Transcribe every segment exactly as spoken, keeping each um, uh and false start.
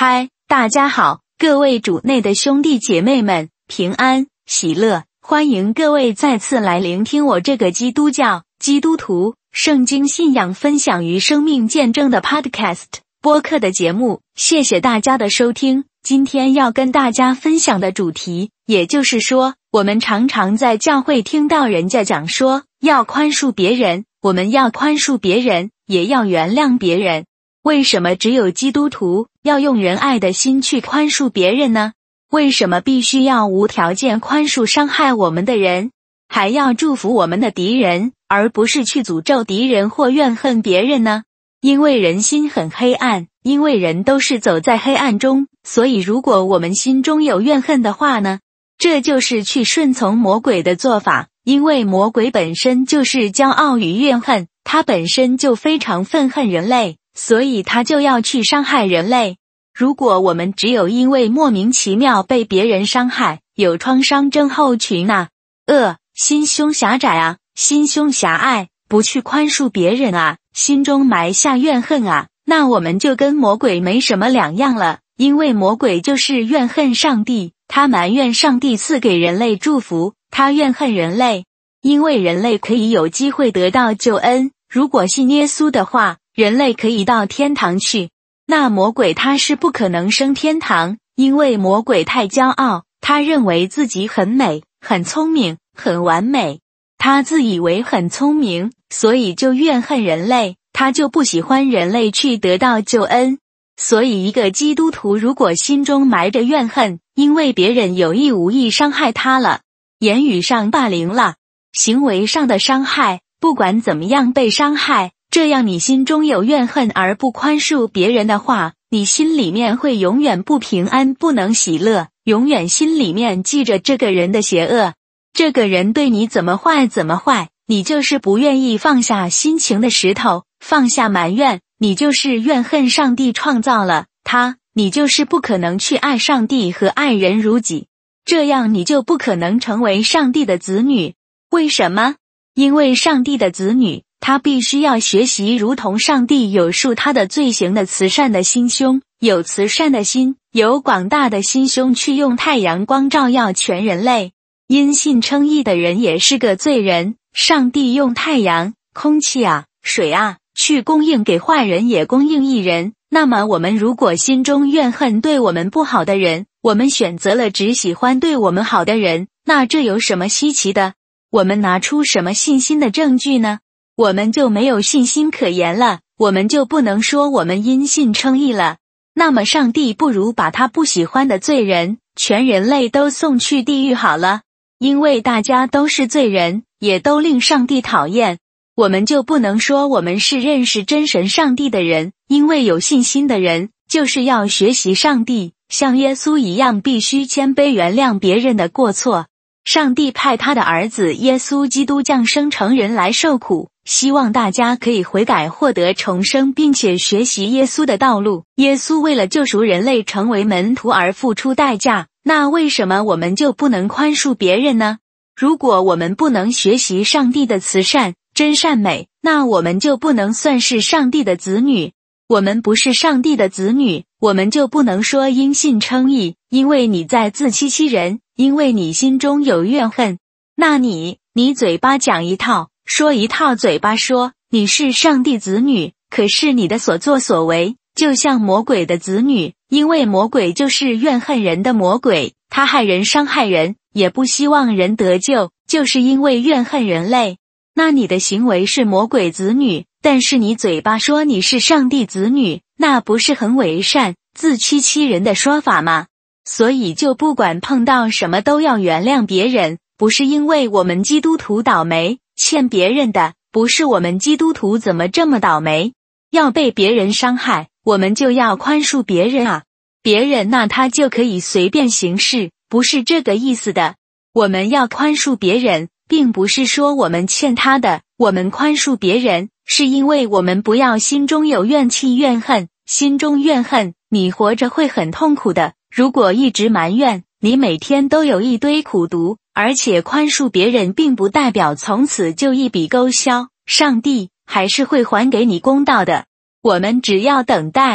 嗨，大家好，各位主内的兄弟姐妹们，平安喜乐！欢迎各位再次来聆听我这个基督教、基督徒、圣经信仰分享与生命见证的 Podcast 播客的节目。谢谢大家的收听。今天要跟大家分享的主题，也就是说，我们常常在教会听到人家讲说，要宽恕别人，我们要宽恕别人，也要原谅别人。为什么只有基督徒要用仁爱的心去宽恕别人呢？为什么必须要无条件宽恕伤害我们的人，还要祝福我们的敌人，而不是去诅咒敌人或怨恨别人呢？因为人心很黑暗，因为人都是走在黑暗中，所以如果我们心中有怨恨的话呢，这就是去顺从魔鬼的做法。因为魔鬼本身就是骄傲与怨恨，他本身就非常愤恨人类，所以他就要去伤害人类。如果我们只有因为莫名其妙被别人伤害，有创伤症候群啊，恶，心胸狭窄啊，心胸狭隘，不去宽恕别人啊，心中埋下怨恨啊，那我们就跟魔鬼没什么两样了。因为魔鬼就是怨恨上帝，他埋怨上帝赐给人类祝福，他怨恨人类，因为人类可以有机会得到救恩，如果信耶稣的话，人类可以到天堂去。那魔鬼他是不可能升天堂，因为魔鬼太骄傲，他认为自己很美、很聪明、很完美，他自以为很聪明，所以就怨恨人类，他就不喜欢人类去得到救恩。所以一个基督徒如果心中埋着怨恨，因为别人有意无意伤害他了，言语上霸凌了，行为上的伤害，不管怎么样被伤害，这样你心中有怨恨而不宽恕别人的话，你心里面会永远不平安，不能喜乐，永远心里面记着这个人的邪恶，这个人对你怎么坏怎么坏，你就是不愿意放下心情的石头，放下埋怨，你就是怨恨上帝创造了他，你就是不可能去爱上帝和爱人如己，这样你就不可能成为上帝的子女。为什么？因为上帝的子女他必须要学习如同上帝有恕他的罪行的慈善的心胸，有慈善的心，有广大的心胸去用太阳光照耀全人类。因信称义的人也是个罪人，上帝用太阳、空气啊、水啊去供应给坏人也供应义人。那么我们如果心中怨恨对我们不好的人，我们选择了只喜欢对我们好的人，那这有什么稀奇的？我们拿出什么信心的证据呢？我们就没有信心可言了，我们就不能说我们因信称义了。那么上帝不如把他不喜欢的罪人，全人类都送去地狱好了。因为大家都是罪人，也都令上帝讨厌，我们就不能说我们是认识真神上帝的人。因为有信心的人就是要学习上帝，像耶稣一样必须谦卑原谅别人的过错。上帝派他的儿子耶稣基督降生成人来受苦，希望大家可以悔改获得重生，并且学习耶稣的道路。耶稣为了救赎人类成为门徒而付出代价，那为什么我们就不能宽恕别人呢？如果我们不能学习上帝的慈善、真善美，那我们就不能算是上帝的子女。我们不是上帝的子女，我们就不能说因信称义，因为你在自欺欺人，因为你心中有怨恨。那你，你嘴巴讲一套，说一套，嘴巴说你是上帝子女，可是你的所作所为就像魔鬼的子女，因为魔鬼就是怨恨人的魔鬼，他害人伤害人，也不希望人得救，就是因为怨恨人类。那你的行为是魔鬼子女，但是你嘴巴说你是上帝子女，那不是很伪善、自欺欺人的说法吗？所以就不管碰到什么都要原谅别人，不是因为我们基督徒倒霉，欠别人的，不是我们基督徒怎么这么倒霉，要被别人伤害，我们就要宽恕别人啊。别人那他就可以随便行事，不是这个意思的。我们要宽恕别人，并不是说我们欠他的，我们宽恕别人，是因为我们不要心中有怨气怨恨，心中怨恨，你活着会很痛苦的。如果一直埋怨，你每天都有一堆苦毒，而且宽恕别人并不代表从此就一笔勾销，上帝还是会还给你公道的。我们只要等待，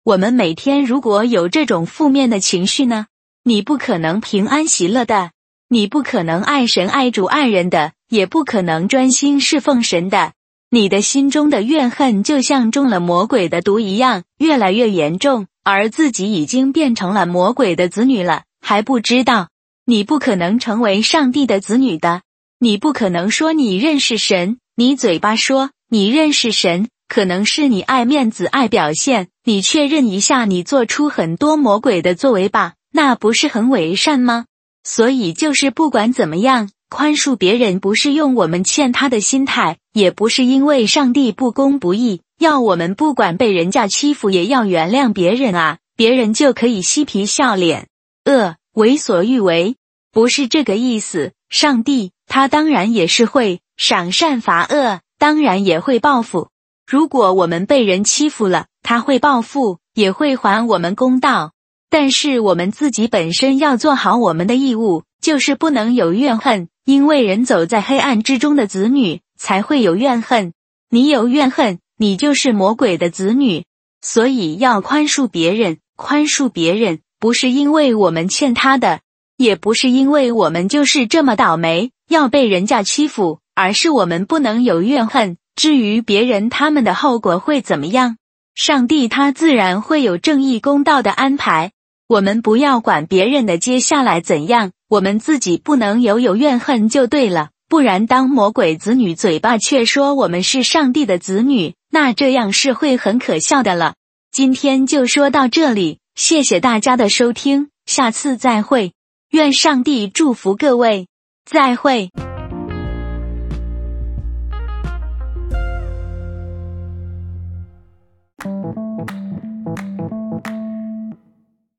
我们每天如果有这种负面的情绪呢，你不可能平安喜乐的，你不可能爱神爱主爱人的，也不可能专心侍奉神的。你的心中的怨恨就像中了魔鬼的毒一样，越来越严重，而自己已经变成了魔鬼的子女了，还不知道。你不可能成为上帝的子女的，你不可能说你认识神，你嘴巴说你认识神，可能是你爱面子爱表现，你确认一下你做出很多魔鬼的作为吧，那不是很伪善吗？所以就是不管怎么样，宽恕别人不是用我们欠他的心态，也不是因为上帝不公不义，要我们不管被人家欺负也要原谅别人啊，别人就可以嬉皮笑脸，恶为所欲为，不是这个意思。上帝他当然也是会赏善罚恶，当然也会报复。如果我们被人欺负了，他会报复，也会还我们公道。但是我们自己本身要做好我们的义务，就是不能有怨恨，因为人走在黑暗之中的子女才会有怨恨。你有怨恨，你就是魔鬼的子女。所以要宽恕别人，宽恕别人不是因为我们欠他的，也不是因为我们就是这么倒霉要被人家欺负，而是我们不能有怨恨。至于别人他们的后果会怎么样，上帝他自然会有正义公道的安排。我们不要管别人的接下来怎样，我们自己不能有有怨恨就对了，不然当魔鬼子女嘴巴却说我们是上帝的子女，那这样是会很可笑的了。今天就说到这里，谢谢大家的收听，下次再会。愿上帝祝福各位，再会。